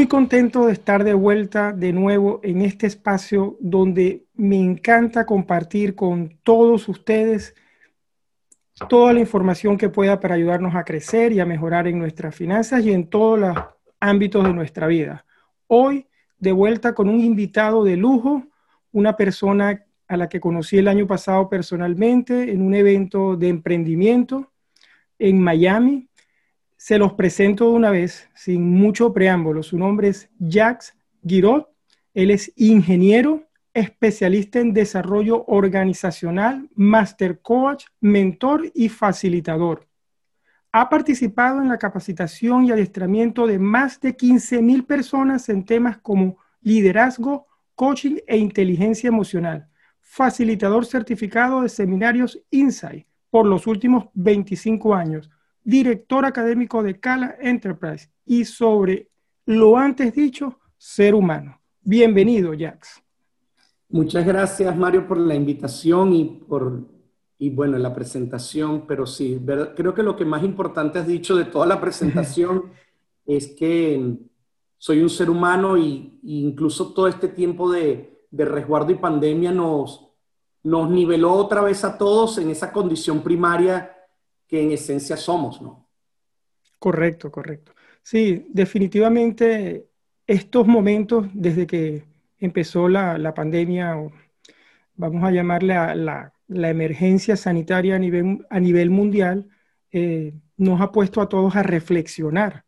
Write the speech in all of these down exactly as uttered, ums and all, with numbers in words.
Muy contento de estar de vuelta de nuevo en este espacio donde me encanta compartir con todos ustedes toda la información que pueda para ayudarnos a crecer y a mejorar en nuestras finanzas y en todos los ámbitos de nuestra vida. Hoy, de vuelta con un invitado de lujo, una persona a la que conocí el año pasado personalmente en un evento de emprendimiento en Miami. Se los presento de una vez, sin mucho preámbulo. Su nombre es Jacques Guiraud. Él es ingeniero, especialista en desarrollo organizacional, master coach, mentor y facilitador. Ha participado en la capacitación y adiestramiento de más de quince mil personas en temas como liderazgo, coaching e inteligencia emocional. Facilitador certificado de seminarios Insight por los últimos veinticinco años. Director académico de Cala Enterprise y sobre lo antes dicho, ser humano. Bienvenido, Jacques. Muchas gracias, Mario, por la invitación y por, y bueno, la presentación, pero sí, ver, creo que lo que más importante has dicho de toda la presentación es que soy un ser humano y, y incluso todo este tiempo de, de resguardo y pandemia nos, nos niveló otra vez a todos en esa condición primaria que en esencia somos, ¿no? Correcto, correcto. Sí, definitivamente estos momentos desde que empezó la, la pandemia, o vamos a llamarle la, la, la emergencia sanitaria a nivel, a nivel mundial, eh, nos ha puesto a todos a reflexionar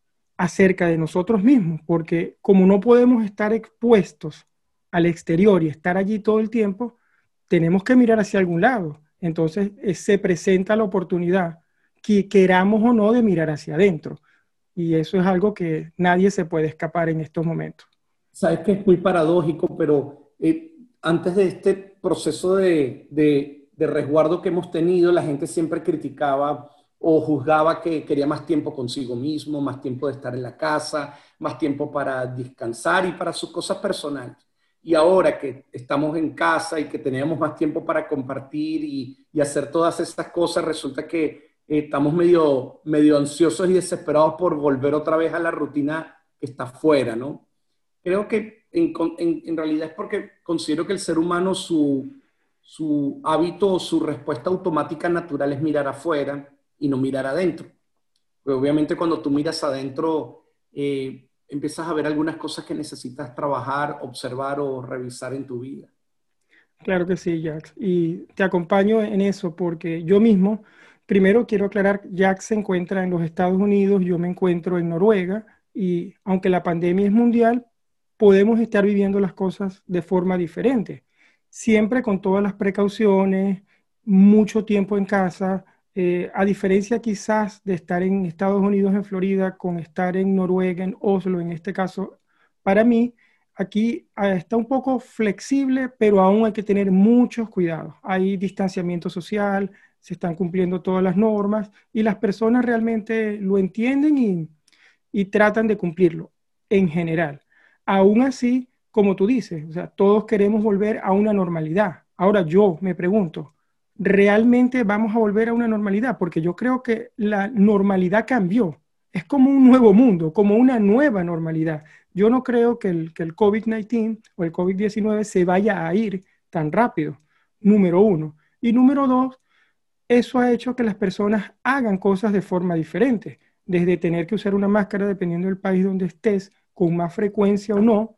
acerca de nosotros mismos, porque como no podemos estar expuestos al exterior y estar allí todo el tiempo, tenemos que mirar hacia algún lado. Entonces eh, se presenta la oportunidad, que queramos o no, de mirar hacia adentro. Y eso es algo que nadie se puede escapar en estos momentos. Sabes que es muy paradójico, pero eh, antes de este proceso de, de, de resguardo que hemos tenido, la gente siempre criticaba o juzgaba que quería más tiempo consigo mismo, más tiempo de estar en la casa, más tiempo para descansar y para sus cosas personales. Y ahora que estamos en casa y que teníamos más tiempo para compartir y, y hacer todas esas cosas, resulta que eh, estamos medio, medio ansiosos y desesperados por volver otra vez a la rutina que está afuera, ¿no? Creo que en, en, en realidad es porque considero que el ser humano, su, su hábito o su respuesta automática natural es mirar afuera y no mirar adentro. Pero obviamente cuando tú miras adentro, eh, empiezas a ver algunas cosas que necesitas trabajar, observar o revisar en tu vida. Claro que sí, Jax. Y te acompaño en eso porque yo mismo, primero quiero aclarar, Jax se encuentra en los Estados Unidos, yo me encuentro en Noruega y aunque la pandemia es mundial, podemos estar viviendo las cosas de forma diferente. Siempre con todas las precauciones, mucho tiempo en casa, eh, a diferencia quizás de estar en Estados Unidos, en Florida, con estar en Noruega, en Oslo, en este caso, para mí, aquí eh, está un poco flexible, pero aún hay que tener muchos cuidados. Hay distanciamiento social, se están cumpliendo todas las normas y las personas realmente lo entienden y, y tratan de cumplirlo en general. Aún así, como tú dices, o sea, todos queremos volver a una normalidad. Ahora yo me pregunto, ¿realmente vamos a volver a una normalidad? Porque yo creo que la normalidad cambió. Es como un nuevo mundo, como una nueva normalidad. Yo no creo que el, que el COVID diecinueve o el COVID diecinueve se vaya a ir tan rápido, número uno. Y número dos, eso ha hecho que las personas hagan cosas de forma diferente, desde tener que usar una máscara dependiendo del país donde estés, con más frecuencia o no,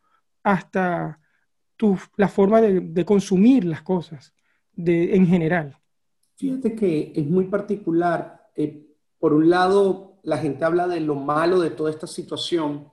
hasta tu, la forma de, de consumir las cosas de, en general. Fíjate que es muy particular. Eh, por un lado, la gente habla de lo malo de toda esta situación,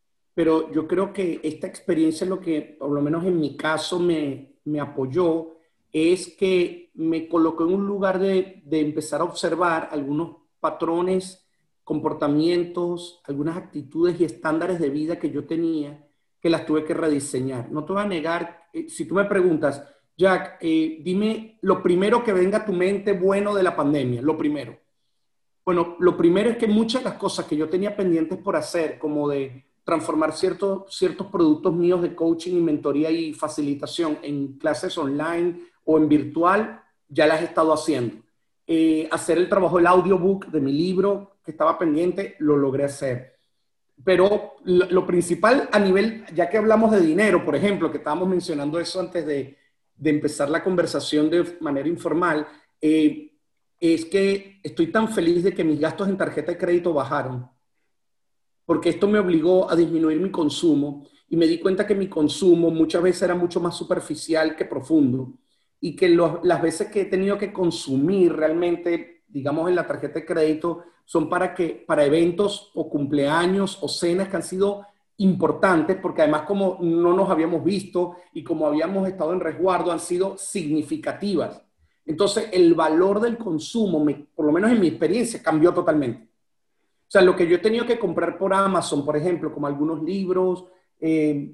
pero yo creo que esta experiencia, lo que por lo menos en mi caso me, me apoyó, es que me colocó en un lugar de, de empezar a observar algunos patrones, comportamientos, algunas actitudes y estándares de vida que yo tenía, que las tuve que rediseñar. No te voy a negar, eh, si tú me preguntas, Jack, eh, dime lo primero que venga a tu mente bueno de la pandemia, lo primero. Bueno, lo primero es que muchas de las cosas que yo tenía pendientes por hacer, como de transformar ciertos, ciertos productos míos de coaching y mentoría y facilitación en clases online o en virtual, ya las he estado haciendo. Eh, hacer el trabajo del audiobook de mi libro que estaba pendiente, lo logré hacer. pero lo, lo principal a nivel, ya que hablamos de dinero, por ejemplo, que estábamos mencionando eso antes de, de empezar la conversación de manera informal, eh, es que estoy tan feliz de que mis gastos en tarjeta de crédito bajaron, porque esto me obligó a disminuir mi consumo y me di cuenta que mi consumo muchas veces era mucho más superficial que profundo y que los, las veces que he tenido que consumir realmente, digamos, en la tarjeta de crédito son para, que, para eventos o cumpleaños o cenas que han sido importantes, porque además como no nos habíamos visto y como habíamos estado en resguardo, han sido significativas. Entonces, el valor del consumo, me, por lo menos en mi experiencia, cambió totalmente. O sea, lo que yo he tenido que comprar por Amazon, por ejemplo, como algunos libros eh,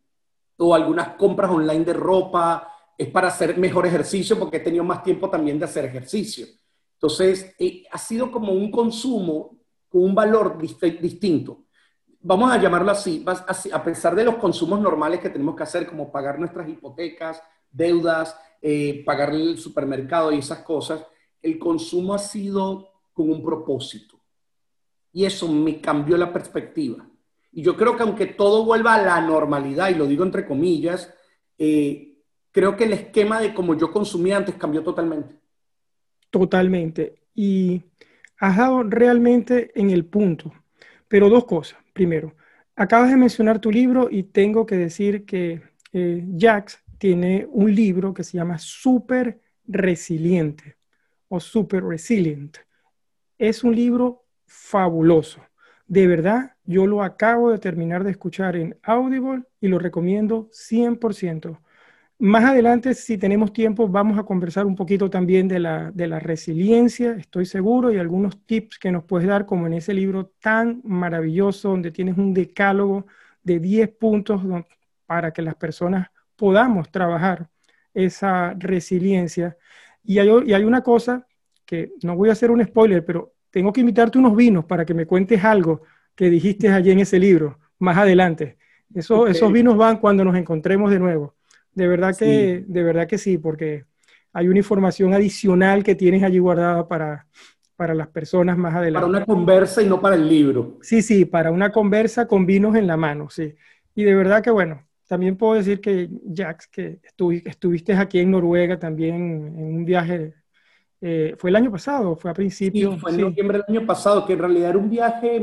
o algunas compras online de ropa, es para hacer mejor ejercicio porque he tenido más tiempo también de hacer ejercicio. Entonces, eh, ha sido como un consumo con un valor dist distinto. Vamos a llamarlo así, a pesar de los consumos normales que tenemos que hacer, como pagar nuestras hipotecas, deudas, eh, pagar el supermercado y esas cosas, el consumo ha sido con un propósito. Y eso me cambió la perspectiva. Y yo creo que aunque todo vuelva a la normalidad, y lo digo entre comillas, eh, creo que el esquema de cómo yo consumía antes cambió totalmente. Totalmente. Y has dado realmente en el punto. Pero dos cosas. Primero, acabas de mencionar tu libro y tengo que decir que eh, Jax tiene un libro que se llama Súper Resiliente o Super Resilient. Es un libro fabuloso. De verdad, yo lo acabo de terminar de escuchar en Audible y lo recomiendo cien por ciento. Más adelante, si tenemos tiempo, vamos a conversar un poquito también de la, de la resiliencia, estoy seguro, y algunos tips que nos puedes dar, como en ese libro tan maravilloso, donde tienes un decálogo de diez puntos para que las personas podamos trabajar esa resiliencia. Y hay, y hay una cosa que no voy a hacer un spoiler, pero tengo que invitarte unos vinos para que me cuentes algo que dijiste allí en ese libro, más adelante. Eso, Okay. Esos vinos van cuando nos encontremos de nuevo. De verdad que, Sí. de verdad que sí, porque hay una información adicional que tienes allí guardada para, para las personas más Para adelante. una conversa y no para el libro. Sí, sí, para una conversa con vinos en la mano, sí. Y de verdad que bueno, también puedo decir que Jax, que estuvi, estuviste aquí en Noruega también en un viaje, eh, ¿fue el año pasado? ¿Fue a Sí, principio? fue en Sí. noviembre del año pasado, que en realidad era un viaje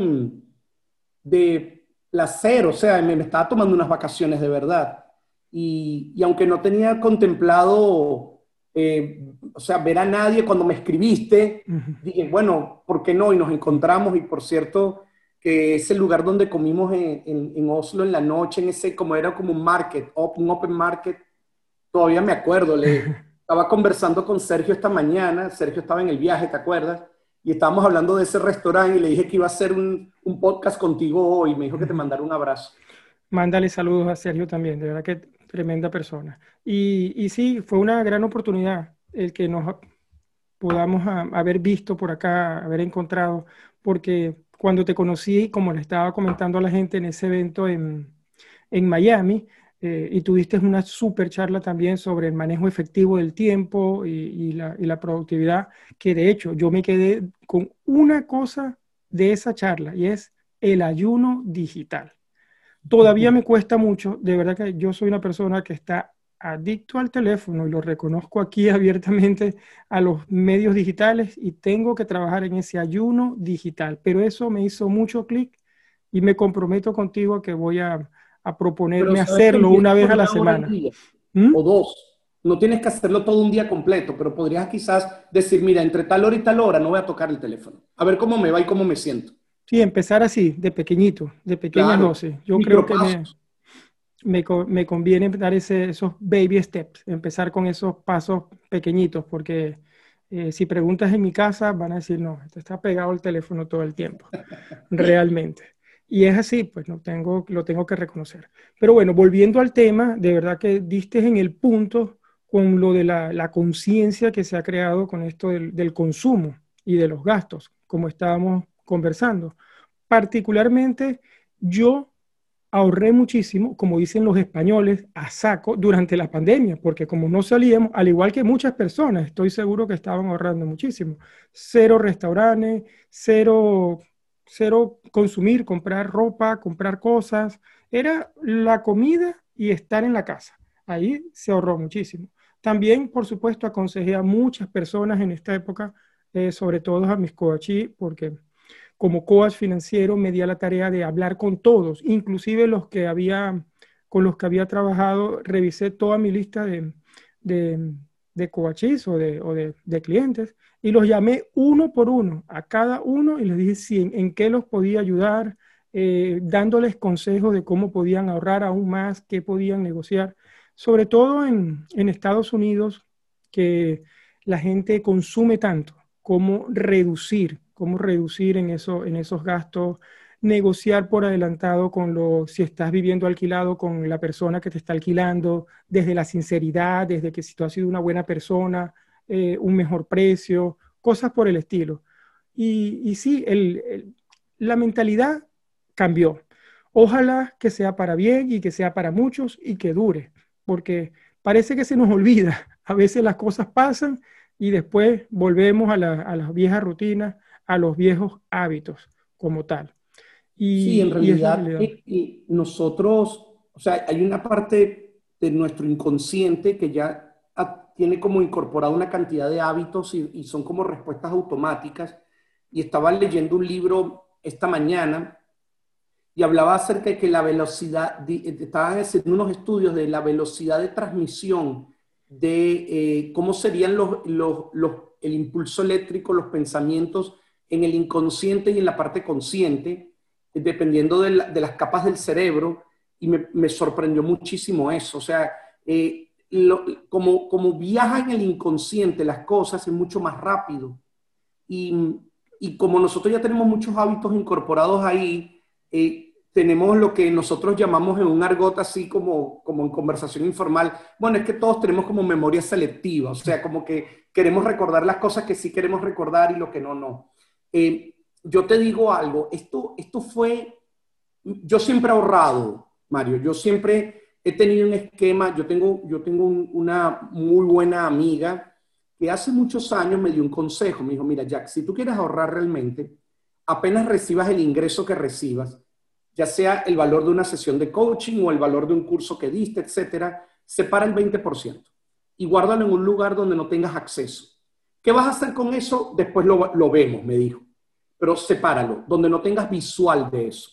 de placer, o sea, me, me estaba tomando unas vacaciones de verdad. Y, y aunque no tenía contemplado, eh, o sea, ver a nadie cuando me escribiste, Uh-huh. dije, bueno, ¿por qué no? Y nos encontramos, y por cierto, que ese lugar donde comimos en, en, en Oslo en la noche, en ese, como era como un market, un open market, todavía me acuerdo, le estaba conversando con Sergio esta mañana, Sergio estaba en el viaje, ¿te acuerdas? Y estábamos hablando de ese restaurante y le dije que iba a hacer un, un podcast contigo hoy, me dijo que te Uh-huh. mandara un abrazo. Mándale saludos a Sergio también, de verdad que tremenda persona. Y, y sí, fue una gran oportunidad el que nos podamos a- haber visto por acá, haber encontrado, porque cuando te conocí, como le estaba comentando a la gente en ese evento en, en Miami, eh, y tuviste una súper charla también sobre el manejo efectivo del tiempo y, y la, y la productividad, que de hecho yo me quedé con una cosa de esa charla y es el ayuno digital. Todavía me cuesta mucho, de verdad que yo soy una persona que está adicto al teléfono y lo reconozco aquí abiertamente a los medios digitales y tengo que trabajar en ese ayuno digital, pero eso me hizo mucho clic y me comprometo contigo que voy a, a Pero proponerme sabes que hacerlo una empieza vez por a la una hora al semana. día ¿Mm? o dos. No tienes que hacerlo todo un día completo, pero podrías quizás decir, mira, entre tal hora y tal hora no voy a tocar el teléfono. A ver cómo me va y cómo me siento. Sí, empezar así, de pequeñito, de pequeñas Claro, dosis. Yo creo que me, micropasos. me, co- me conviene dar ese, esos baby steps, empezar con esos pasos pequeñitos, porque eh, si preguntas en mi casa van a decir, no, este está pegado al teléfono todo el tiempo, realmente. Y es así, pues no tengo, lo tengo que reconocer. Pero bueno, volviendo al tema, de verdad que diste en el punto con lo de la, la conciencia que se ha creado con esto del, del consumo y de los gastos, como estábamos conversando. Particularmente, yo ahorré muchísimo, como dicen los españoles, a saco durante la pandemia, porque como no salíamos, al igual que muchas personas, estoy seguro que estaban ahorrando muchísimo. Cero restaurantes, cero cero consumir, comprar ropa, comprar cosas. Era la comida y estar en la casa. Ahí se ahorró muchísimo. También, por supuesto, aconsejé a muchas personas en esta época, eh, sobre todo a mis coaches, porque como coach financiero me di a la tarea de hablar con todos, inclusive los que había, con los que había trabajado, revisé toda mi lista de, de, de coaches o, de, o de, de clientes y los llamé uno por uno a cada uno y les dije si, en, en qué los podía ayudar, eh, dándoles consejos de cómo podían ahorrar aún más, qué podían negociar, sobre todo en, en Estados Unidos, que la gente consume tanto, cómo reducir, cómo reducir en, eso, en esos gastos, negociar por adelantado con lo, si estás viviendo alquilado con la persona que te está alquilando, desde la sinceridad, desde que si tú has sido una buena persona, eh, un mejor precio, cosas por el estilo. Y, y sí, el, el, la mentalidad cambió. Ojalá que sea para bien y que sea para muchos y que dure, porque parece que se nos olvida. A veces las cosas pasan y después volvemos a, la, a las viejas rutinas, a los viejos hábitos como tal. Sí, en Y, y es la realidad realidad. eh, eh, nosotros, o sea, hay una parte de nuestro inconsciente que ya ah, tiene como incorporado una cantidad de hábitos y, y son como respuestas automáticas. Y estaba leyendo un libro esta mañana y hablaba acerca de que la velocidad, de, estaban haciendo unos estudios de la velocidad de transmisión de eh, cómo serían los, los, los, el impulso eléctrico, los pensamientos en el inconsciente y en la parte consciente, dependiendo de, la, de las capas del cerebro, y me, me sorprendió muchísimo eso. O sea, eh, lo, como, como viaja en el inconsciente las cosas es mucho más rápido. Y, y como nosotros ya tenemos muchos hábitos incorporados ahí, eh, tenemos lo que nosotros llamamos en un argot así como, como en conversación informal, bueno, es que todos tenemos como memoria selectiva, o sea, como que queremos recordar las cosas que sí queremos recordar y lo que no, no. Eh, yo te digo algo, esto, esto fue, yo siempre he ahorrado, Mario, yo siempre he tenido un esquema, yo tengo, yo tengo un, una muy buena amiga que hace muchos años me dio un consejo, me dijo, mira Jack, si tú quieres ahorrar realmente, apenas recibas el ingreso que recibas, ya sea el valor de una sesión de coaching o el valor de un curso que diste, etcétera, separa el veinte por ciento y guárdalo en un lugar donde no tengas acceso. ¿Qué vas a hacer con eso? Después lo, lo vemos, me dijo. Pero sepáralo, donde no tengas visual de eso.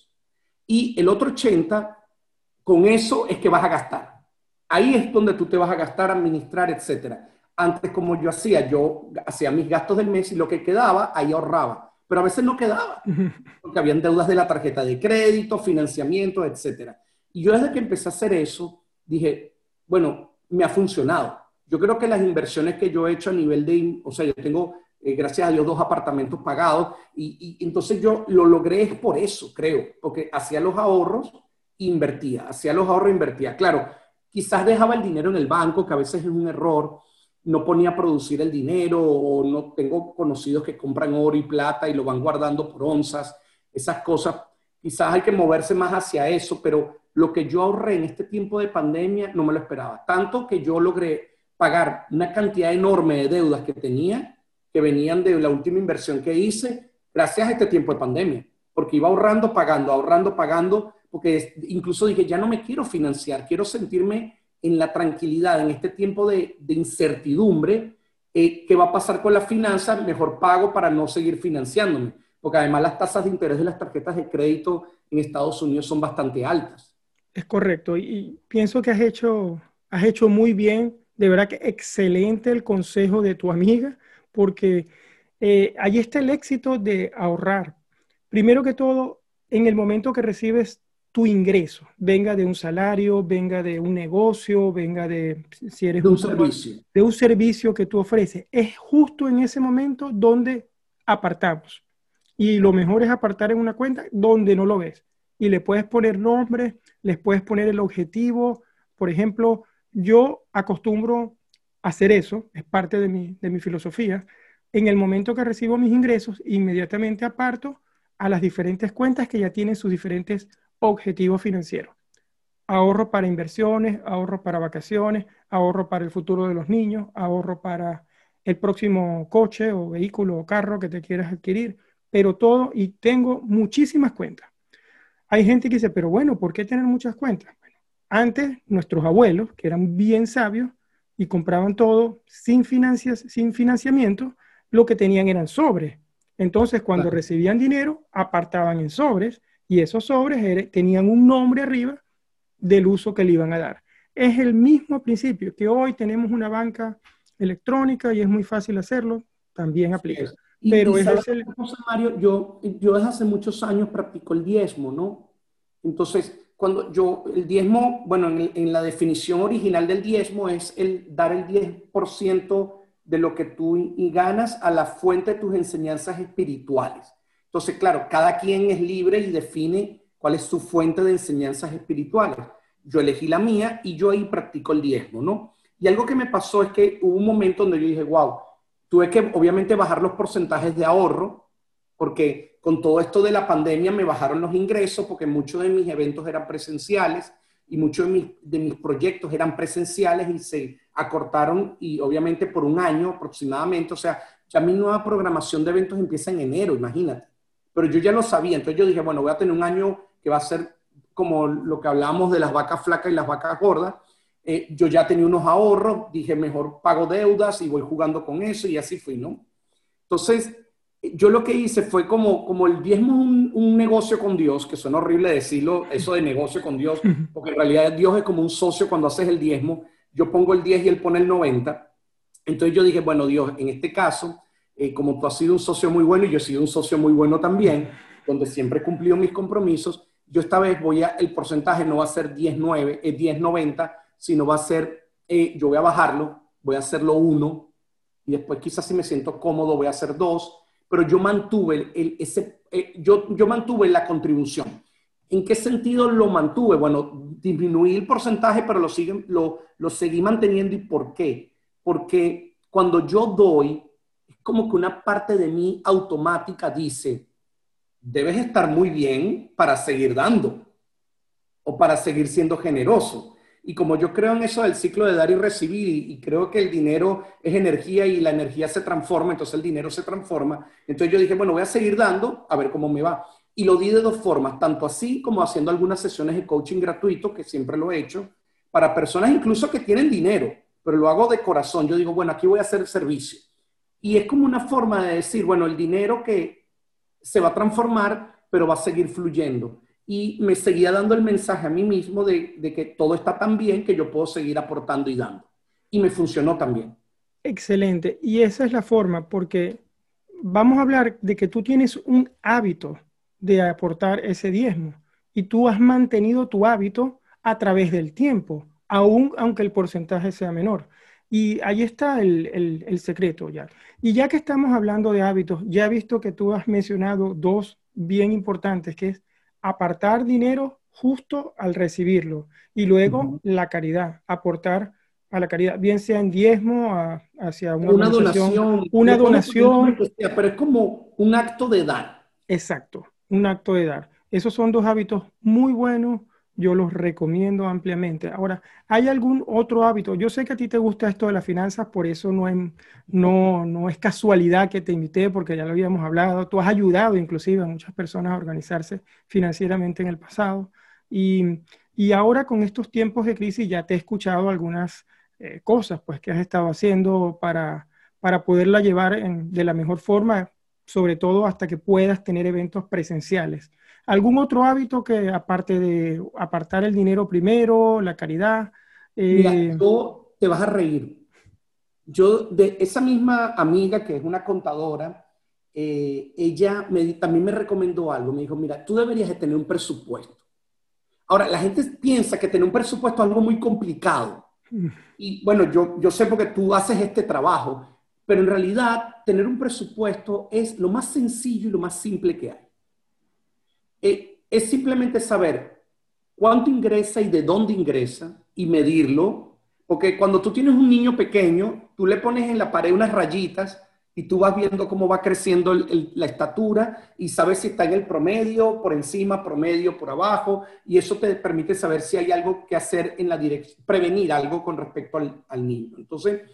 Y el otro ochenta, con eso es que vas a gastar. Ahí es donde tú te vas a gastar, administrar, etcétera. Antes, como yo hacía, yo hacía mis gastos del mes y lo que quedaba, ahí ahorraba. Pero a veces no quedaba, porque habían deudas de la tarjeta de crédito, financiamiento, etcétera. Y yo desde que empecé a hacer eso, dije, bueno, me ha funcionado. Yo creo que las inversiones que yo he hecho a nivel de, o sea, yo tengo, eh, gracias a Dios, dos apartamentos pagados, y, y entonces yo lo logré es por eso, creo, porque hacía los ahorros, invertía, hacía los ahorros, invertía. Claro, quizás dejaba el dinero en el banco, que a veces es un error, no ponía a producir el dinero, o no tengo conocidos que compran oro y plata y lo van guardando por onzas, esas cosas. Quizás hay que moverse más hacia eso, pero lo que yo ahorré en este tiempo de pandemia no me lo esperaba. Tanto que yo logré pagar una cantidad enorme de deudas que tenía, que venían de la última inversión que hice, gracias a este tiempo de pandemia, porque iba ahorrando, pagando, ahorrando, pagando, porque incluso dije, ya no me quiero financiar, quiero sentirme en la tranquilidad, en este tiempo de, de incertidumbre, eh, ¿qué va a pasar con las finanzas? Mejor pago para no seguir financiándome, porque además las tasas de interés de las tarjetas de crédito en Estados Unidos son bastante altas. Es correcto. Y, y pienso que has hecho, has hecho muy bien. De verdad que excelente el consejo de tu amiga, porque eh, ahí está el éxito de ahorrar. Primero que todo, en el momento que recibes tu ingreso, venga de un salario, venga de un negocio, venga de, si eres De un un coach, servicio. de un servicio que tú ofreces, es justo en ese momento donde apartamos. Y lo mejor es apartar en una cuenta donde no lo ves. Y le puedes poner nombre, les puedes poner el objetivo. Por ejemplo, yo acostumbro a hacer eso, es parte de mi, de mi filosofía. En el momento que recibo mis ingresos, inmediatamente aparto a las diferentes cuentas que ya tienen sus diferentes objetivos financieros. Ahorro para inversiones, ahorro para vacaciones, ahorro para el futuro de los niños, ahorro para el próximo coche o vehículo o carro que te quieras adquirir. pero todo, y tengo muchísimas cuentas. Hay gente que dice, pero bueno, ¿por qué tener muchas cuentas? Bueno, antes nuestros abuelos, que eran bien sabios y compraban todo sin, financias, sin financiamiento, lo que tenían eran sobres. Entonces, cuando Claro. recibían dinero, apartaban en sobres y esos sobres er, tenían un nombre arriba del uso que le iban a dar. Es el mismo principio que hoy tenemos una banca electrónica y es muy fácil hacerlo, también Así aplica. es. Y, y Pero ese sabes es el... una cosa, Mario, yo, yo desde hace muchos años practico el diezmo, ¿no? Entonces, cuando yo, el diezmo, bueno, en, el- en la definición original del diezmo es el dar el diez por ciento de lo que tú y, y ganas a la fuente de tus enseñanzas espirituales. Entonces, claro, cada quien es libre y define cuál es su fuente de enseñanzas espirituales. Yo elegí la mía y yo ahí practico el diezmo, ¿no? Y algo que me pasó es que hubo un momento donde yo dije, wow, tuve que obviamente bajar los porcentajes de ahorro, porque con todo esto de la pandemia me bajaron los ingresos, porque muchos de mis eventos eran presenciales y muchos de mis, de mis proyectos eran presenciales y se acortaron y obviamente por un año aproximadamente. O sea, ya mi nueva programación de eventos empieza en enero, imagínate. Pero yo ya lo sabía, entonces yo dije, bueno, voy a tener un año que va a ser como lo que hablábamos de las vacas flacas y las vacas gordas. Eh, yo ya tenía unos ahorros, dije, mejor pago deudas y voy jugando con eso y así fui, ¿no? Entonces, yo lo que hice fue como, como el diezmo es un, un negocio con Dios, que suena horrible decirlo, eso de negocio con Dios, porque en realidad Dios es como un socio cuando haces el diezmo. Yo pongo el diez y él pone el noventa. Entonces yo dije, bueno, Dios, en este caso, eh, como tú has sido un socio muy bueno y yo he sido un socio muy bueno también, donde siempre he cumplido mis compromisos, yo esta vez voy a, el porcentaje no va a ser diez nueve, eh, diez noventa, sino va a ser, eh, yo voy a bajarlo, voy a hacerlo uno, y después quizás si me siento cómodo voy a hacer dos, pero yo mantuve, el, el, ese, eh, yo, yo mantuve la contribución. ¿En qué sentido lo mantuve? Bueno, disminuí el porcentaje, pero lo, sigue, lo, lo seguí manteniendo. ¿Y por qué? Porque cuando yo doy, es como que una parte de mí automática dice, debes estar muy bien para seguir dando o para seguir siendo generoso. Y como yo creo en eso del ciclo de dar y recibir, y, y creo que el dinero es energía y la energía se transforma, entonces el dinero se transforma, entonces yo dije, bueno, voy a seguir dando, a ver cómo me va. Y lo di de dos formas, tanto así como haciendo algunas sesiones de coaching gratuito, que siempre lo he hecho, para personas incluso que tienen dinero, pero lo hago de corazón. Yo digo, bueno, aquí voy a hacer servicio. Y es como una forma de decir, bueno, el dinero que se va a transformar, pero va a seguir fluyendo. Y me seguía dando el mensaje a mí mismo de, de que todo está tan bien que yo puedo seguir aportando y dando. Y me funcionó también. Excelente. Y esa es la forma, porque vamos a hablar de que tú tienes un hábito de aportar ese diezmo y tú has mantenido tu hábito a través del tiempo, aun aunque el porcentaje sea menor. Y ahí está el, el, el secreto ya. Y ya que estamos hablando de hábitos, ya he visto que tú has mencionado dos bien importantes, que es apartar dinero justo al recibirlo y Uh luego -huh. la caridad, aportar a la caridad, bien sea en diezmo, a, hacia una Una organización, donación, una le puedes poner el nombre donación, que sea, pero es como un acto de dar. exacto, un acto de dar. Esos son dos hábitos muy buenos, yo los recomiendo ampliamente. Ahora, ¿hay algún otro hábito? Yo sé que a ti te gusta esto de las finanzas, por eso no es, no, no es casualidad que te invité, porque ya lo habíamos hablado. Tú has ayudado inclusive a muchas personas a organizarse financieramente en el pasado. Y, y ahora con estos tiempos de crisis ya te he escuchado algunas eh, cosas pues, que has estado haciendo para, para poderla llevar en, de la mejor forma, sobre todo hasta que puedas tener eventos presenciales. ¿Algún otro hábito que aparte de apartar el dinero primero, la caridad? Mira, Eh, yo te vas a reír. Yo, de esa misma amiga que es una contadora, eh, ella me, también me recomendó algo. Me dijo, mira, tú deberías de tener un presupuesto. Ahora, la gente piensa que tener un presupuesto es algo muy complicado. Y bueno, yo, yo sé porque tú haces este trabajo, pero en realidad tener un presupuesto es lo más sencillo y lo más simple que hay. Eh, es simplemente saber cuánto ingresa y de dónde ingresa y medirlo, porque cuando tú tienes un niño pequeño, tú le pones en la pared unas rayitas y tú vas viendo cómo va creciendo el, el, la estatura y sabes si está en el promedio, por encima, promedio, por abajo, y eso te permite saber si hay algo que hacer en la dirección, prevenir algo con respecto al, al niño. Entonces,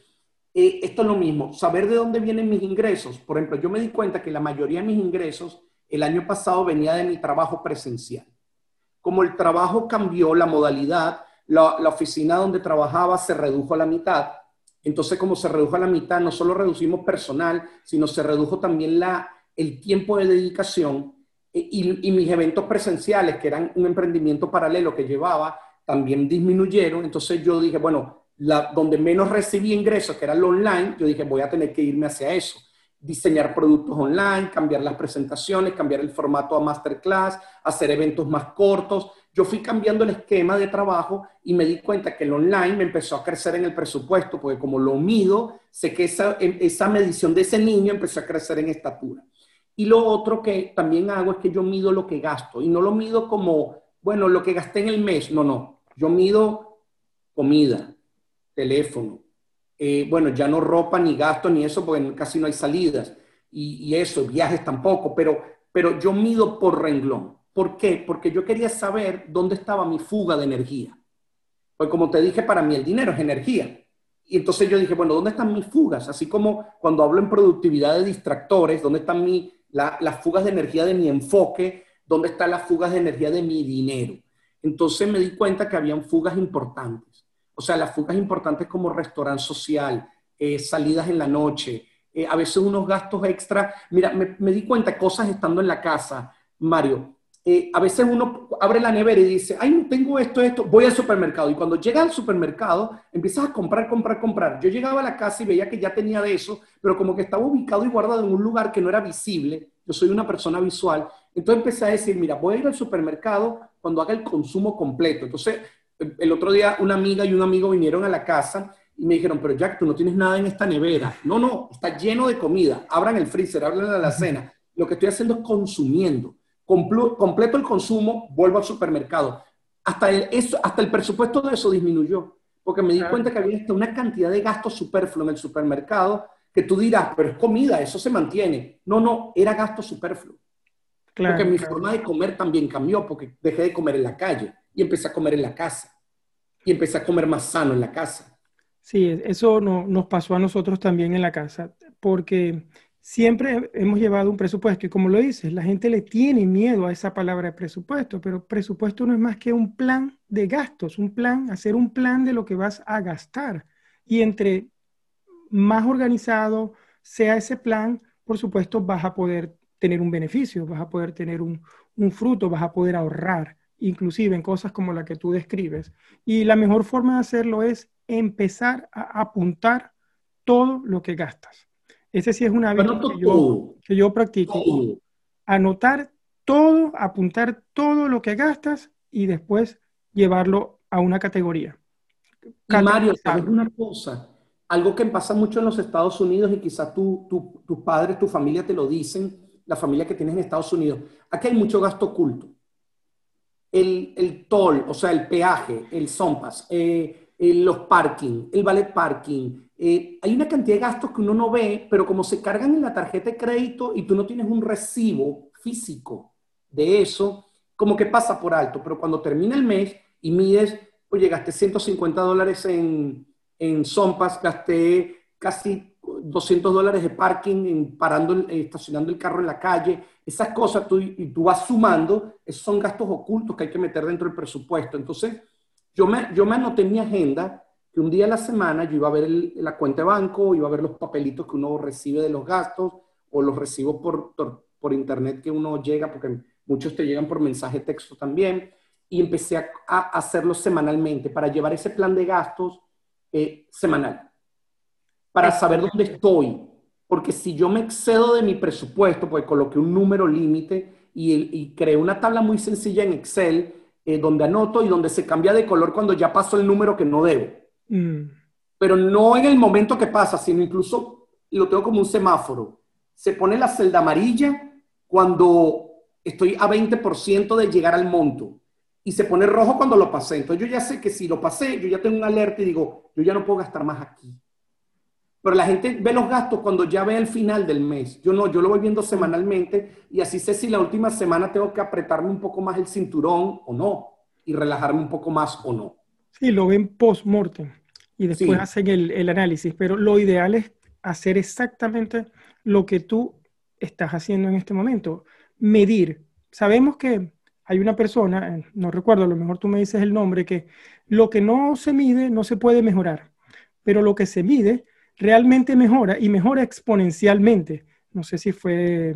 Eh, esto es lo mismo, saber de dónde vienen mis ingresos. Por ejemplo, yo me di cuenta que la mayoría de mis ingresos el año pasado venía de mi trabajo presencial. Como el trabajo cambió, la modalidad, la, la oficina donde trabajaba se redujo a la mitad. Entonces, como se redujo a la mitad, no solo reducimos personal, sino se redujo también la, el tiempo de dedicación eh, y, y mis eventos presenciales, que eran un emprendimiento paralelo que llevaba, también disminuyeron. Entonces yo dije, bueno, la, donde menos recibí ingresos, que era lo online, yo dije, voy a tener que irme hacia eso. Diseñar productos online, cambiar las presentaciones, cambiar el formato a masterclass, hacer eventos más cortos. Yo fui cambiando el esquema de trabajo y me di cuenta que el online me empezó a crecer en el presupuesto, porque como lo mido, sé que esa, esa medición de ese niño empezó a crecer en estatura. Y lo otro que también hago es que yo mido lo que gasto y no lo mido como, bueno, lo que gasté en el mes. No, no. Yo mido comida, teléfono, eh, bueno, ya no ropa ni gasto ni eso porque casi no hay salidas y, y eso, viajes tampoco, pero, pero yo mido por renglón. ¿Por qué? Porque yo quería saber dónde estaba mi fuga de energía. Pues como te dije, para mí el dinero es energía. Y entonces yo dije, bueno, ¿dónde están mis fugas? Así como cuando hablo en productividad de distractores, ¿dónde están mi, la, las fugas de energía de mi enfoque? ¿Dónde están las fugas de energía de mi dinero? Entonces me di cuenta que habían fugas importantes. O sea, las fugas importantes como restaurante social, eh, salidas en la noche, eh, a veces unos gastos extra. Mira, me, me di cuenta de cosas estando en la casa, Mario. Eh, a veces uno abre la nevera y dice, ay, no tengo esto, esto, voy al supermercado. Y cuando llega al supermercado, empiezas a comprar, comprar, comprar. Yo llegaba a la casa y veía que ya tenía de eso, pero como que estaba ubicado y guardado en un lugar que no era visible. Yo soy una persona visual. Entonces empecé a decir, mira, voy a ir al supermercado cuando haga el consumo completo. Entonces, el otro día una amiga y un amigo vinieron a la casa y me dijeron, pero Jack, tú no tienes nada en esta nevera. No, no, está lleno de comida. Abran el freezer, abran la alacena. Lo que estoy haciendo es consumiendo. Completo el consumo, vuelvo al supermercado. Hasta el, eso, hasta el presupuesto de eso disminuyó, porque me di Claro, cuenta que había hasta una cantidad de gastos superfluos en el supermercado que tú dirás, pero es comida, eso se mantiene. No, no, era gasto superfluo. Porque claro, mi claro. forma de comer también cambió, porque dejé de comer en la calle y empecé a comer en la casa. Y empecé a comer más sano en la casa. Sí, eso no, nos pasó a nosotros también en la casa, porque siempre hemos llevado un presupuesto y como lo dices, la gente le tiene miedo a esa palabra de presupuesto, pero presupuesto no es más que un plan de gastos, un plan, hacer un plan de lo que vas a gastar. Y entre más organizado sea ese plan, por supuesto vas a poder tener un beneficio, vas a poder tener un, un fruto, vas a poder ahorrar, inclusive en cosas como la que tú describes. Y la mejor forma de hacerlo es empezar a apuntar todo lo que gastas. Ese sí es un Pero hábito que no yo, todo, que yo practico. todo. Anotar todo, apuntar todo lo que gastas y después llevarlo a una categoría, Y Mario, ¿sabes categorizarlo. una cosa? Algo que pasa mucho en los Estados Unidos y quizás tú, tú, tus padres, tu familia te lo dicen, la familia que tienes en Estados Unidos. Aquí hay mucho gasto oculto. El, el toll, o sea, el peaje, el SOMPAS, eh, eh, los parking, el valet parking. Eh, hay una cantidad de gastos que uno no ve, pero como se cargan en la tarjeta de crédito y tú no tienes un recibo físico de eso, como que pasa por alto. Pero cuando termina el mes y mides, oye, gasté ciento cincuenta dólares en, en SOMPAS, gasté casi doscientos dólares de parking, en parando, eh, estacionando el carro en la calle, esas cosas tú, y tú vas sumando, esos son gastos ocultos que hay que meter dentro del presupuesto. Entonces, yo me, yo me anoté en mi agenda que un día a la semana yo iba a ver el, la cuenta de banco, iba a ver los papelitos que uno recibe de los gastos o los recibos por, por, por internet que uno llega, porque muchos te llegan por mensaje de texto también, y empecé a, a hacerlo semanalmente para llevar ese plan de gastos eh, semanal, para saber dónde Excelente. estoy. Porque si yo me excedo de mi presupuesto, pues coloqué un número límite y, y creé una tabla muy sencilla en Excel eh, donde anoto y donde se cambia de color cuando ya pasó el número que no debo. Mm. Pero no en el momento que pasa, sino incluso lo tengo como un semáforo. Se pone la celda amarilla cuando estoy a veinte por ciento de llegar al monto y se pone rojo cuando lo pasé. Entonces yo ya sé que si lo pasé, yo ya tengo una alerta y digo, yo ya no puedo gastar más aquí. Pero la gente ve los gastos cuando ya ve el final del mes. Yo no, yo lo voy viendo semanalmente y así sé si la última semana tengo que apretarme un poco más el cinturón o no y relajarme un poco más o no. Sí, lo ven post-mortem. y después Sí, hacen el, el análisis, pero lo ideal es hacer exactamente lo que tú estás haciendo en este momento, medir. Sabemos que hay una persona, eh, no recuerdo, a lo mejor tú me dices el nombre, que lo que no se mide no se puede mejorar, pero lo que se mide realmente mejora y mejora exponencialmente. No sé si fue,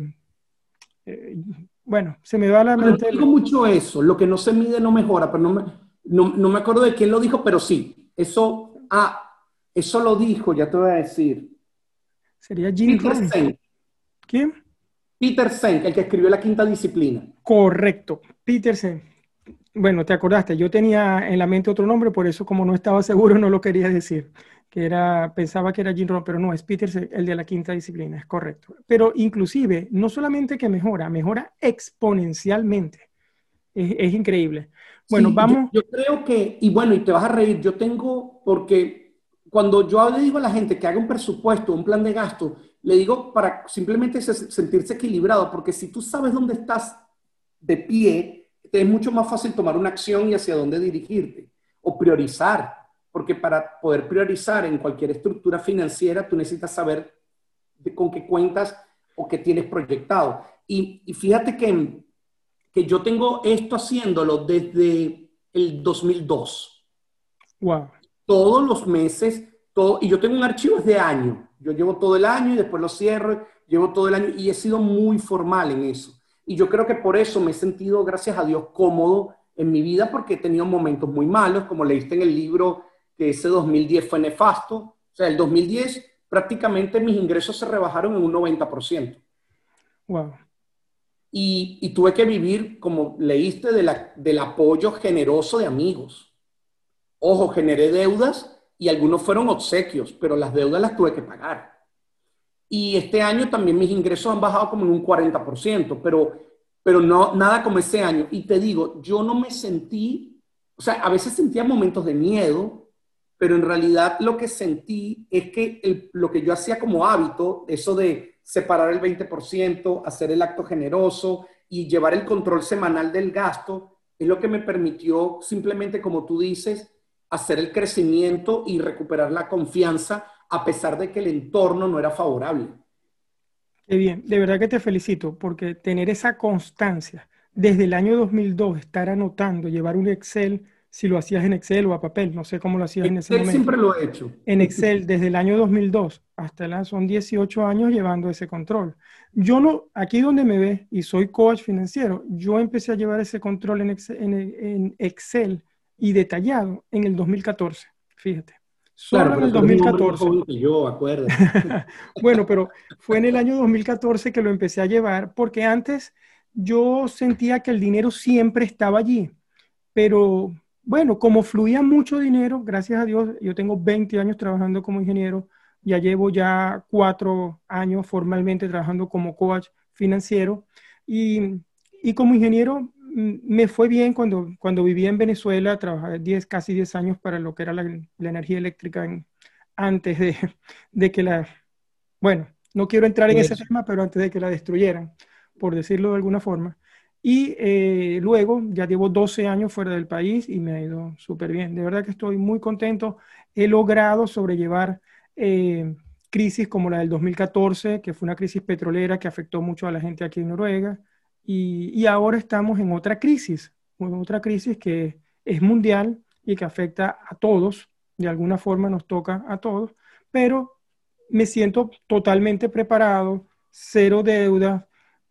eh, bueno, se me va a la bueno, mente. yo digo mucho eso, lo que no se mide no mejora, pero no me, no, no me acuerdo de quién lo dijo, pero sí, eso, ah, eso lo dijo, ya te voy a decir, Sería Jim Peter Rohn. Senk, ¿Quién? Peter Senk, el que escribió La Quinta Disciplina. Correcto, Peterson. Bueno, te acordaste, yo tenía en la mente otro nombre, por eso como no estaba seguro no lo quería decir, que era, pensaba que era Jim Rohn, pero no, es Peterson, el de la quinta disciplina, es correcto. Pero inclusive, no solamente que mejora, mejora exponencialmente. Es, es increíble. Bueno, Sí, yo, vamos, yo creo que, y bueno, y te vas a reír, yo tengo, porque cuando yo le digo a la gente que haga un presupuesto, un plan de gasto, le digo para simplemente se- sentirse equilibrado, porque si tú sabes dónde estás de pie, te es mucho más fácil tomar una acción y hacia dónde dirigirte, o priorizar, porque para poder priorizar en cualquier estructura financiera, tú necesitas saber de, con qué cuentas o qué tienes proyectado. Y, y fíjate que que yo tengo esto haciéndolo desde el dos mil dos. wow, Todos los meses, todo, y yo tengo un archivo de año. Yo llevo todo el año y después lo cierro, llevo todo el año y he sido muy formal en eso. Y yo creo que por eso me he sentido, gracias a Dios, cómodo en mi vida porque he tenido momentos muy malos, como leíste en el libro que ese dos mil diez fue nefasto. O sea, el dos mil diez prácticamente mis ingresos se rebajaron en un noventa por ciento. wow. Y, y tuve que vivir, como leíste, de la, del apoyo generoso de amigos. Ojo, generé deudas y algunos fueron obsequios, pero las deudas las tuve que pagar. Y este año también mis ingresos han bajado como en un cuarenta por ciento, pero, pero no, nada como ese año. Y te digo, yo no me sentí, o sea, a veces sentía momentos de miedo, pero en realidad lo que sentí es que el, lo que yo hacía como hábito, eso de separar el veinte por ciento, hacer el acto generoso y llevar el control semanal del gasto, es lo que me permitió simplemente, como tú dices, hacer el crecimiento y recuperar la confianza a pesar de que el entorno no era favorable. Qué bien, de verdad que te felicito porque tener esa constancia desde el año dos mil dos, estar anotando, llevar un Excel, si lo hacías en Excel o a papel, no sé cómo lo hacías en ese Excel momento, siempre lo he hecho. en Excel desde el año dos mil dos hasta la, son dieciocho años llevando ese control. Yo no, aquí donde me ves y soy coach financiero, yo empecé a llevar ese control en Excel, en, en Excel y detallado en el dos mil catorce, fíjate, Claro, solo en pero el tú eres un hombre más dos mil catorce. joven que yo, acuérdate. Bueno, pero fue en el año dos mil catorce que lo empecé a llevar porque antes yo sentía que el dinero siempre estaba allí, pero bueno, como fluía mucho dinero, gracias a Dios, yo tengo veinte años trabajando como ingeniero, ya llevo ya cuatro años formalmente trabajando como coach financiero y, y como ingeniero mm, me fue bien cuando, cuando vivía en Venezuela, trabajé diez, casi diez años para lo que era la, la energía eléctrica en- antes de, de que la, bueno, no quiero entrar en ese Eso. tema, pero antes de que la destruyeran, por decirlo de alguna forma. Y eh, luego ya llevo doce años fuera del país y me ha ido súper bien. De verdad que estoy muy contento. He logrado sobrellevar eh, crisis como la del dos mil catorce, que fue una crisis petrolera que afectó mucho a la gente aquí en Noruega. Y, y ahora estamos en otra crisis, en otra crisis que es mundial y que afecta a todos. De alguna forma nos toca a todos, pero me siento totalmente preparado, cero deuda,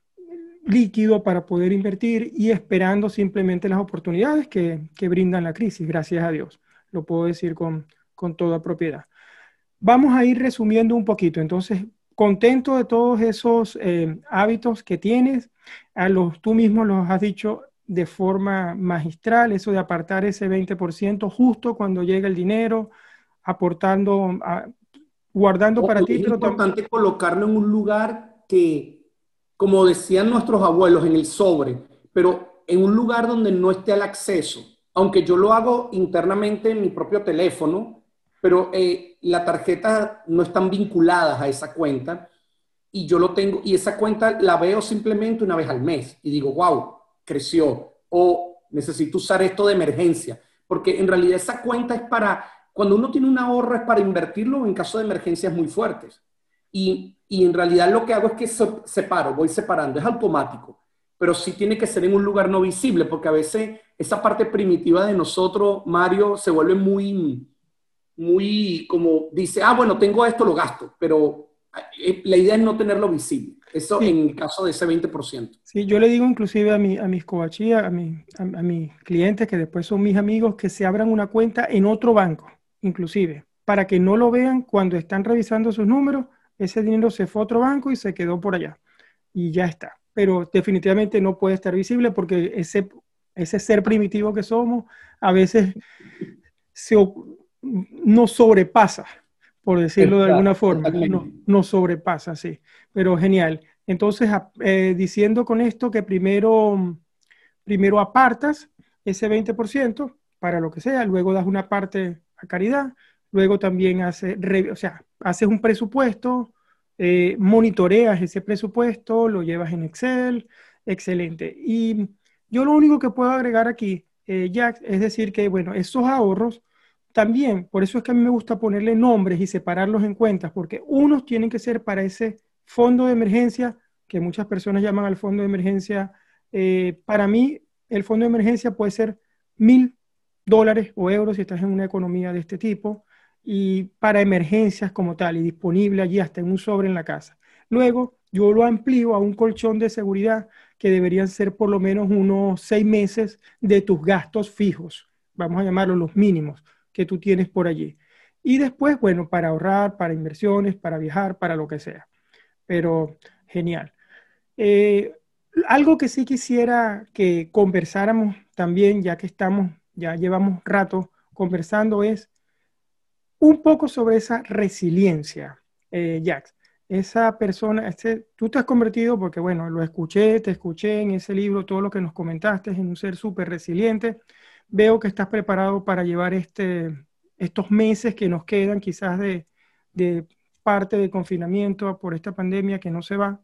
líquido para poder invertir y esperando simplemente las oportunidades que, que brindan la crisis, gracias a Dios. Lo puedo decir con, con toda propiedad. Vamos a ir resumiendo un poquito. Entonces, contento de todos esos eh, hábitos que tienes. A los, tú mismo los has dicho de forma magistral, eso de apartar ese veinte por ciento justo cuando llega el dinero, aportando, a, guardando para Ojo, ti, es pero también... importante colocarlo en un lugar que, como decían nuestros abuelos, en el sobre, pero en un lugar donde no esté al acceso. Aunque yo lo hago internamente en mi propio teléfono, pero eh, las tarjetas no están vinculadas a esa cuenta y yo lo tengo, y esa cuenta la veo simplemente una vez al mes y digo, wow, creció, o necesito usar esto de emergencia, porque en realidad esa cuenta es para Cuando uno tiene un ahorro es para invertirlo en caso de emergencias muy fuertes. Y, y en realidad lo que hago es que separo, voy separando, es automático, pero sí tiene que ser en un lugar no visible, porque a veces esa parte primitiva de nosotros, Mario, se vuelve muy, muy como dice, ah, bueno, tengo esto, lo gasto, pero la idea es no tenerlo visible. Eso Sí, en el caso de ese veinte por ciento. sí, yo le digo inclusive a, mi, a mis coachías, a, mi, a, a mis clientes que después son mis amigos, que se abran una cuenta en otro banco, inclusive, para que no lo vean cuando están revisando sus números, ese dinero se fue a otro banco y se quedó por allá y ya está. Pero definitivamente no puede estar visible porque ese, ese ser primitivo que somos a veces se, nos sobrepasa, por decirlo de alguna Exacto, forma, no, totalmente. nos sobrepasa, sí, pero genial. Entonces, eh, diciendo con esto que primero, primero apartas ese veinte por ciento para lo que sea, luego das una parte a caridad, luego también hace, o sea, haces un presupuesto, eh, monitoreas ese presupuesto, lo llevas en Excel, excelente. Y yo lo único que puedo agregar aquí, eh, Jack, es decir que, bueno, esos ahorros también, por eso es que a mí me gusta ponerle nombres y separarlos en cuentas, porque unos tienen que ser para ese fondo de emergencia, que muchas personas llaman al fondo de emergencia. Eh, para mí, el fondo de emergencia puede ser mil dólares o euros si estás en una economía de este tipo, y para emergencias como tal, y disponible allí hasta en un sobre en la casa. Luego, yo lo amplío a un colchón de seguridad que deberían ser por lo menos unos seis meses de tus gastos fijos, vamos a llamarlo los mínimos que tú tienes por allí. Y después, bueno, para ahorrar, para inversiones, para viajar, para lo que sea. Pero genial. Eh, Algo que sí quisiera que conversáramos también, ya que estamos, ya llevamos rato conversando, es un poco sobre esa resiliencia, eh, Jax. Esa persona, este, tú te has convertido, porque bueno, lo escuché, te escuché en ese libro, todo lo que nos comentaste, en un ser súper resiliente. Veo que estás preparado para llevar este, estos meses que nos quedan quizás de, de parte de confinamiento por esta pandemia que no se va.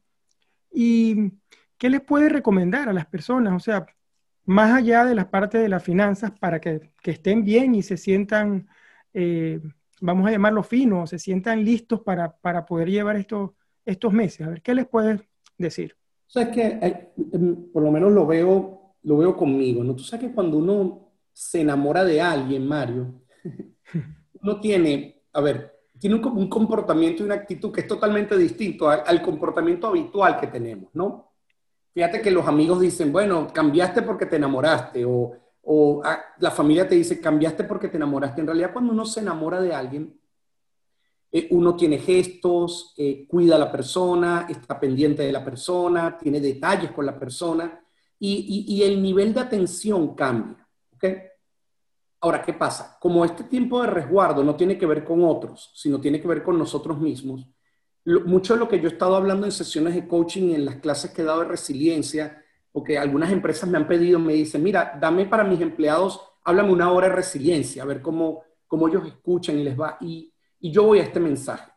¿Y qué les puede recomendar a las personas? O sea, más allá de la parte de las finanzas, para que, que estén bien y se sientan, eh, vamos a llamarlo finos, se sientan listos para, para poder llevar estos, estos meses. A ver, ¿qué les puedes decir? O sea, es que eh, em, por lo menos lo veo, lo veo conmigo, ¿no? Tú sabes que cuando uno se enamora de alguien, Mario, uno tiene, a ver, tiene un, un comportamiento y una actitud que es totalmente distinto al, al comportamiento habitual que tenemos, ¿no? Fíjate que los amigos dicen, bueno, cambiaste porque te enamoraste, o, o ah, la familia te dice, cambiaste porque te enamoraste. En realidad, cuando uno se enamora de alguien, eh, uno tiene gestos, eh, cuida a la persona, está pendiente de la persona, tiene detalles con la persona, y, y, y el nivel de atención cambia, ¿ok? Ahora, ¿qué pasa? Como este tiempo de resguardo no tiene que ver con otros, sino tiene que ver con nosotros mismos, lo, mucho de lo que yo he estado hablando en sesiones de coaching y en las clases que he dado de resiliencia, porque algunas empresas me han pedido, me dicen, mira, dame para mis empleados, háblame una hora de resiliencia, a ver cómo, cómo ellos escuchan y les va. Y, y yo voy a este mensaje.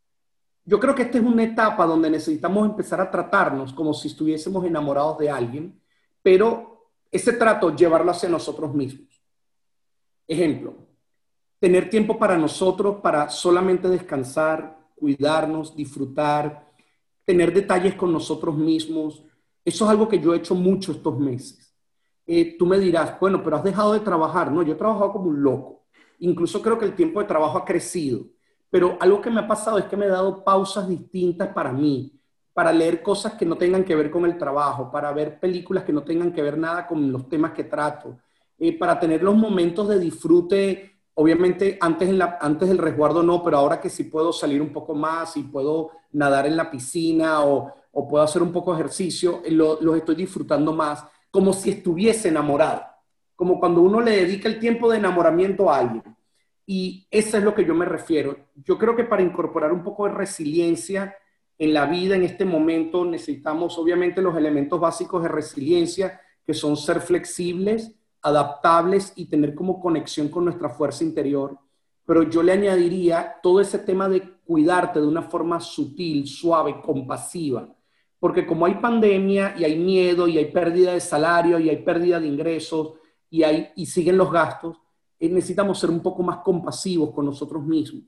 Yo creo que esta es una etapa donde necesitamos empezar a tratarnos como si estuviésemos enamorados de alguien, pero ese trato llevarlo hacia nosotros mismos. Ejemplo, tener tiempo para nosotros, para solamente descansar, cuidarnos, disfrutar, tener detalles con nosotros mismos. Eso es algo que yo he hecho mucho estos meses. Eh, tú me dirás, bueno, pero has dejado de trabajar. No, yo he trabajado como un loco. Incluso creo que el tiempo de trabajo ha crecido. Pero algo que me ha pasado es que me he dado pausas distintas para mí, para leer cosas que no tengan que ver con el trabajo, para ver películas que no tengan que ver nada con los temas que trato, eh, para tener los momentos de disfrute. Obviamente antes, en la, antes del resguardo no, pero ahora que sí puedo salir un poco más y puedo nadar en la piscina o, o puedo hacer un poco de ejercicio, los lo estoy disfrutando más, como si estuviese enamorado, como cuando uno le dedica el tiempo de enamoramiento a alguien. Y eso es lo que yo me refiero. Yo creo que para incorporar un poco de resiliencia en la vida en este momento necesitamos obviamente los elementos básicos de resiliencia, que son ser flexibles, adaptables y tener como conexión con nuestra fuerza interior. Pero yo le añadiría todo ese tema de cuidarte de una forma sutil, suave, compasiva. Porque como hay pandemia y hay miedo y hay pérdida de salario y hay pérdida de ingresos y, hay, y siguen los gastos, eh, necesitamos ser un poco más compasivos con nosotros mismos.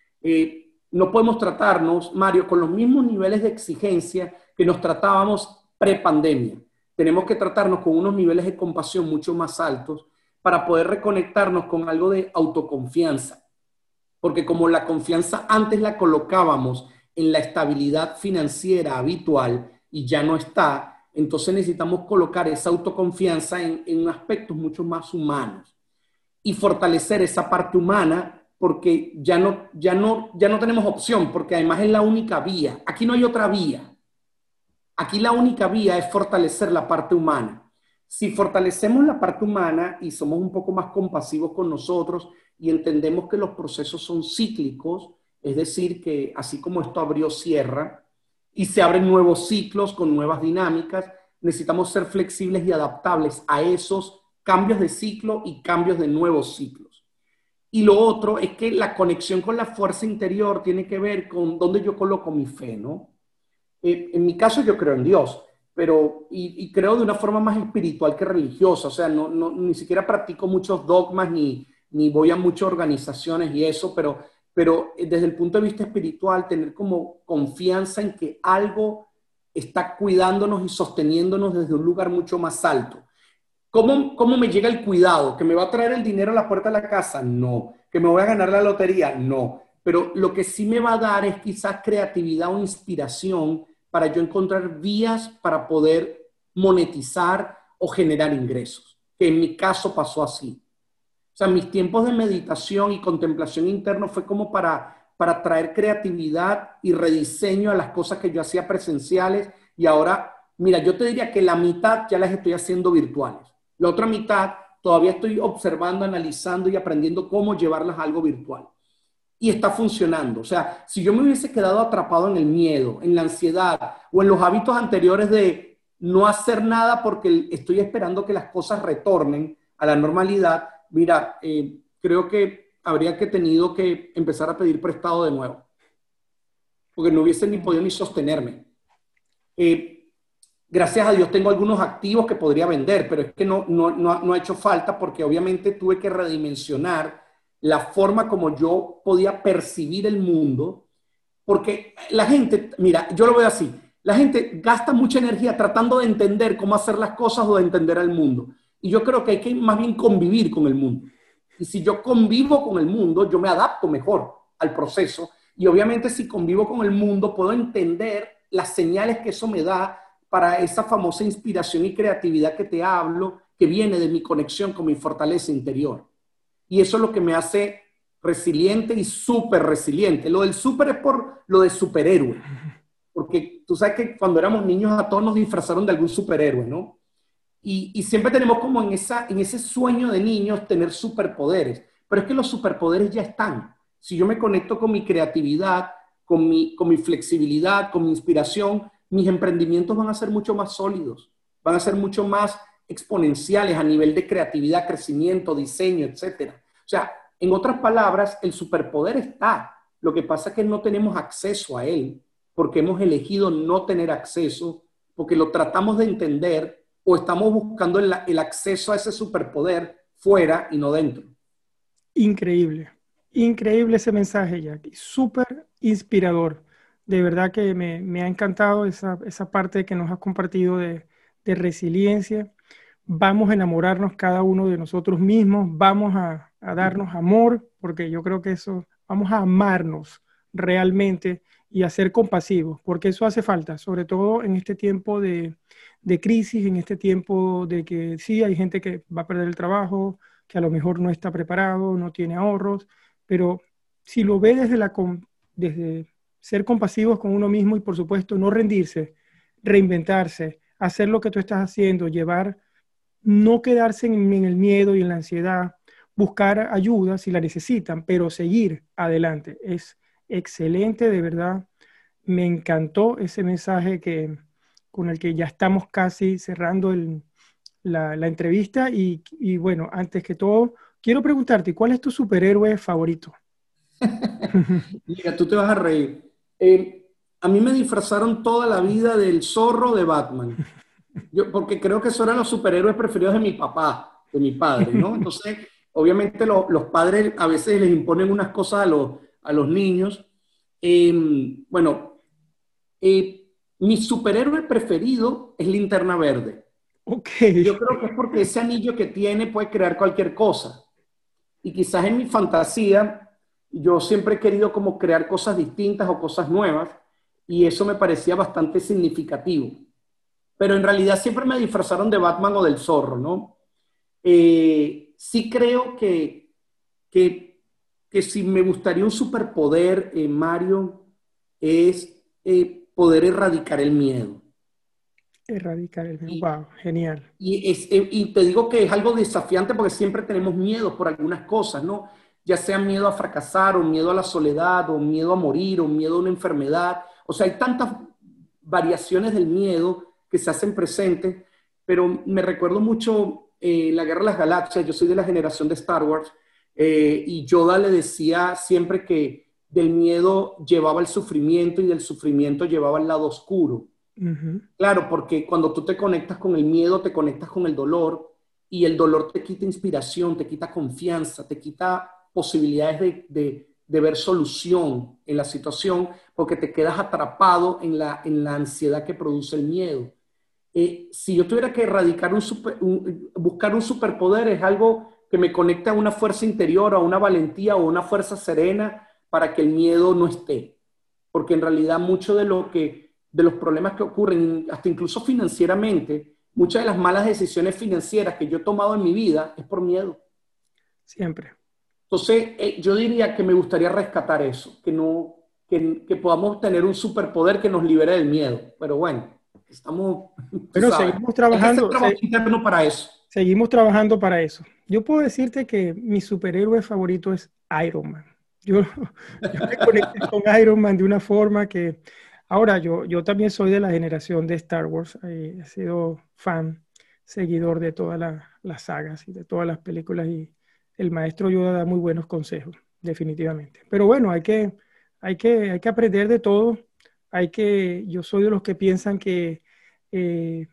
Eh, no podemos tratarnos, Mario, con los mismos niveles de exigencia que nos tratábamos pre-pandemia. Tenemos que tratarnos con unos niveles de compasión mucho más altos para poder reconectarnos con algo de autoconfianza. Porque como la confianza antes la colocábamos en la estabilidad financiera habitual y ya no está, entonces necesitamos colocar esa autoconfianza en, en aspectos mucho más humanos y fortalecer esa parte humana, porque ya no, ya, no, ya no tenemos opción, porque además es la única vía. Aquí no hay otra vía. Aquí la única vía es fortalecer la parte humana. Si fortalecemos la parte humana y somos un poco más compasivos con nosotros y entendemos que los procesos son cíclicos, es decir, que así como esto abrió, cierra, y se abren nuevos ciclos con nuevas dinámicas, necesitamos ser flexibles y adaptables a esos cambios de ciclo y cambios de nuevos ciclos. Y lo otro es que la conexión con la fuerza interior tiene que ver con dónde yo coloco mi fe, ¿no? Eh, en mi caso yo creo en Dios, pero y, y creo de una forma más espiritual que religiosa, o sea, no, no, ni siquiera practico muchos dogmas ni, ni voy a muchas organizaciones y eso, pero, pero desde el punto de vista espiritual, tener como confianza en que algo está cuidándonos y sosteniéndonos desde un lugar mucho más alto. ¿Cómo, ¿Cómo me llega el cuidado? ¿Que me va a traer el dinero a la puerta de la casa? No. ¿Que me voy a ganar la lotería? No. Pero lo que sí me va a dar es quizás creatividad o inspiración para yo encontrar vías para poder monetizar o generar ingresos, que en mi caso pasó así. O sea, mis tiempos de meditación y contemplación interna fue como para, para traer creatividad y rediseño a las cosas que yo hacía presenciales y ahora, mira, yo te diría que la mitad ya las estoy haciendo virtuales. La otra mitad todavía estoy observando, analizando y aprendiendo cómo llevarlas a algo virtual. Y está funcionando. O sea, si yo me hubiese quedado atrapado en el miedo, en la ansiedad o en los hábitos anteriores de no hacer nada porque estoy esperando que las cosas retornen a la normalidad, mira, eh, creo que habría que tenido que empezar a pedir prestado de nuevo. Porque no hubiese ni podido ni sostenerme. Eh, Gracias a Dios tengo algunos activos que podría vender, pero es que no, no, no, no ha hecho falta porque obviamente tuve que redimensionar la forma como yo podía percibir el mundo, porque la gente, mira, yo lo veo así, la gente gasta mucha energía tratando de entender cómo hacer las cosas o de entender al mundo. Y yo creo que hay que más bien convivir con el mundo. Y si yo convivo con el mundo, yo me adapto mejor al proceso. Y obviamente si convivo con el mundo, puedo entender las señales que eso me da para esa famosa inspiración y creatividad que te hablo, que viene de mi conexión con mi fortaleza interior. Y eso es lo que me hace resiliente y súper resiliente. Lo del súper es por lo de superhéroe. Porque tú sabes que cuando éramos niños a todos nos disfrazaron de algún superhéroe, ¿no? Y, y siempre tenemos como en, esa, en ese sueño de niños tener superpoderes. Pero es que los superpoderes ya están. Si yo me conecto con mi creatividad, con mi, con mi flexibilidad, con mi inspiración, mis emprendimientos van a ser mucho más sólidos, van a ser mucho más exponenciales a nivel de creatividad, crecimiento, diseño, etcétera. O sea, en otras palabras, el superpoder está. Lo que pasa es que no tenemos acceso a él porque hemos elegido no tener acceso, porque lo tratamos de entender o estamos buscando el, el acceso a ese superpoder fuera y no dentro. Increíble, increíble ese mensaje, Jack. Súper inspirador. De verdad que me, me ha encantado esa, esa parte que nos has compartido de, de resiliencia. Vamos a enamorarnos cada uno de nosotros mismos, vamos a, a darnos amor, porque yo creo que eso, vamos a amarnos realmente y a ser compasivos, porque eso hace falta, sobre todo en este tiempo de, de crisis, en este tiempo de que sí, hay gente que va a perder el trabajo, que a lo mejor no está preparado, no tiene ahorros, pero si lo ve desde la... desde ser compasivos con uno mismo y, por supuesto, no rendirse, reinventarse, hacer lo que tú estás haciendo, llevar, no quedarse en, en el miedo y en la ansiedad, buscar ayuda si la necesitan, pero seguir adelante. Es excelente, de verdad. Me encantó ese mensaje que, con el que ya estamos casi cerrando el, la, la entrevista. Y, y bueno, antes que todo, quiero preguntarte, ¿cuál es tu superhéroe favorito? Mira, tú te vas a reír. Eh, a mí me disfrazaron toda la vida del Zorro de Batman. Yo, porque creo que esos eran los superhéroes preferidos de mi papá, de mi padre, ¿no? Entonces, obviamente lo, los padres a veces les imponen unas cosas a los, a los niños. Eh, bueno, eh, mi superhéroe preferido es Linterna Verde. Ok. Yo creo que es porque ese anillo que tiene puede crear cualquier cosa. Y quizás en mi fantasía, yo siempre he querido como crear cosas distintas o cosas nuevas, y eso me parecía bastante significativo. Pero en realidad siempre me disfrazaron de Batman o del Zorro, ¿no? Eh, sí creo que, que, que si me gustaría un superpoder, eh, Mario, es eh, poder erradicar el miedo. Erradicar el miedo. Y, Wow, genial. y, es, eh, y te digo que es algo desafiante porque siempre tenemos miedo por algunas cosas, ¿no? Ya sea miedo a fracasar, o miedo a la soledad, o miedo a morir, o miedo a una enfermedad. O sea, hay tantas variaciones del miedo que se hacen presentes, pero me recuerdo mucho eh, la Guerra de las Galaxias. Yo soy de la generación de Star Wars, eh, y Yoda le decía siempre que del miedo llevaba el sufrimiento y del sufrimiento llevaba el lado oscuro. Uh-huh. Claro, porque cuando tú te conectas con el miedo, te conectas con el dolor, y el dolor te quita inspiración, te quita confianza, te quita posibilidades de, de, de ver solución en la situación, porque te quedas atrapado en la, en la ansiedad que produce el miedo. Eh, si yo tuviera que erradicar un, super, un buscar un superpoder, es algo que me conecte a una fuerza interior, a una valentía o una fuerza serena para que el miedo no esté. Porque en realidad mucho de lo que de los problemas que ocurren, hasta incluso financieramente, muchas de las malas decisiones financieras que yo he tomado en mi vida es por miedo. Siempre. Entonces, eh, yo diría que me gustaría rescatar eso, que, no, que, que podamos tener un superpoder que nos libere del miedo. Pero bueno, estamos, tú Pero sabes, seguimos hay que hacer trabajando, trabajo se- interno para eso. seguimos trabajando para eso. Yo puedo decirte que mi superhéroe favorito es Iron Man. Yo, yo me conecté con Iron Man de una forma que... Ahora, yo, yo también soy de la generación de Star Wars. eh, he sido fan, seguidor de todas la- las sagas y de todas las películas. Y el maestro Yoda da muy buenos consejos, definitivamente. Pero bueno, hay que, hay que, hay que aprender de todo. Hay que, yo soy de los que piensan que... eh,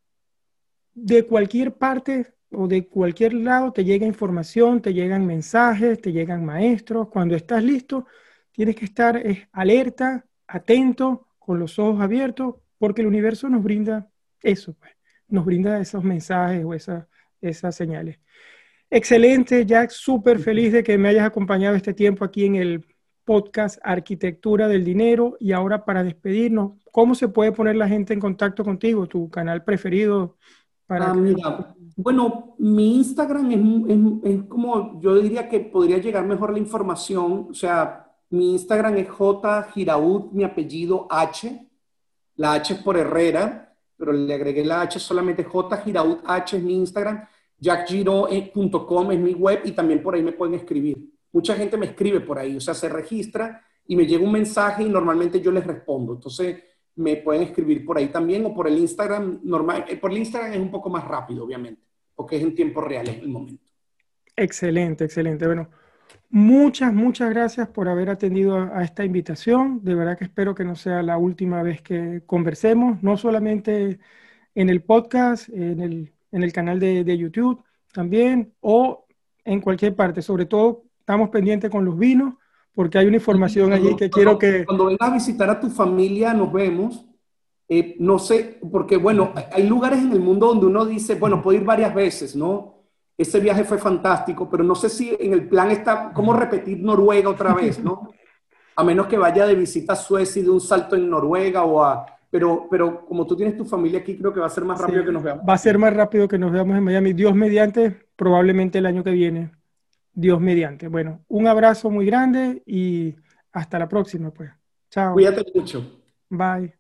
de cualquier parte o de cualquier lado te llega información, te llegan mensajes, te llegan maestros. Cuando estás listo, tienes que estar eh, alerta, atento, con los ojos abiertos, porque el universo nos brinda eso, pues, nos brinda esos mensajes o esas, esas señales. Excelente, Jack, súper feliz de que me hayas acompañado este tiempo aquí en el podcast Arquitectura del Dinero. Y ahora, para despedirnos, ¿cómo se puede poner la gente en contacto contigo, tu canal preferido para Ah, que... mira, bueno, mi Instagram es, es, es como, yo diría que podría llegar mejor la información. O sea, mi Instagram es J Giraud, mi apellido H, la H es por Herrera, pero le agregué la H solamente. J Giraud H es mi Instagram, jack giro punto com es mi web, y también por ahí me pueden escribir. Mucha gente me escribe por ahí, o sea, se registra y me llega un mensaje y normalmente yo les respondo. Entonces, me pueden escribir por ahí también, o por el Instagram normal. Por el Instagram es un poco más rápido, obviamente, porque es en tiempo real en el momento. Excelente, excelente. Bueno, muchas, muchas gracias por haber atendido a, a esta invitación. De verdad que espero que no sea la última vez que conversemos, no solamente en el podcast, en el, en el canal de, de YouTube también, o en cualquier parte. Sobre todo, estamos pendientes con los vinos, porque hay una Y información allí cuando, que quiero cuando, que... cuando vengas a visitar a tu familia, nos vemos. Eh, no sé, porque bueno, hay lugares en el mundo donde uno dice, bueno, puedo ir varias veces, ¿no? Ese viaje fue fantástico, pero no sé si en el plan está cómo repetir Noruega otra vez, ¿no? A menos que vaya de visita a Suecia y de un salto en Noruega o a... Pero, pero como tú tienes tu familia aquí, creo que va a ser más Sí, rápido que nos veamos va a ser aquí. más rápido que nos veamos en Miami. Dios mediante, probablemente el año que viene. Dios mediante. Bueno, un abrazo muy grande y hasta la próxima, pues. Chao. Cuídate mucho. Bye.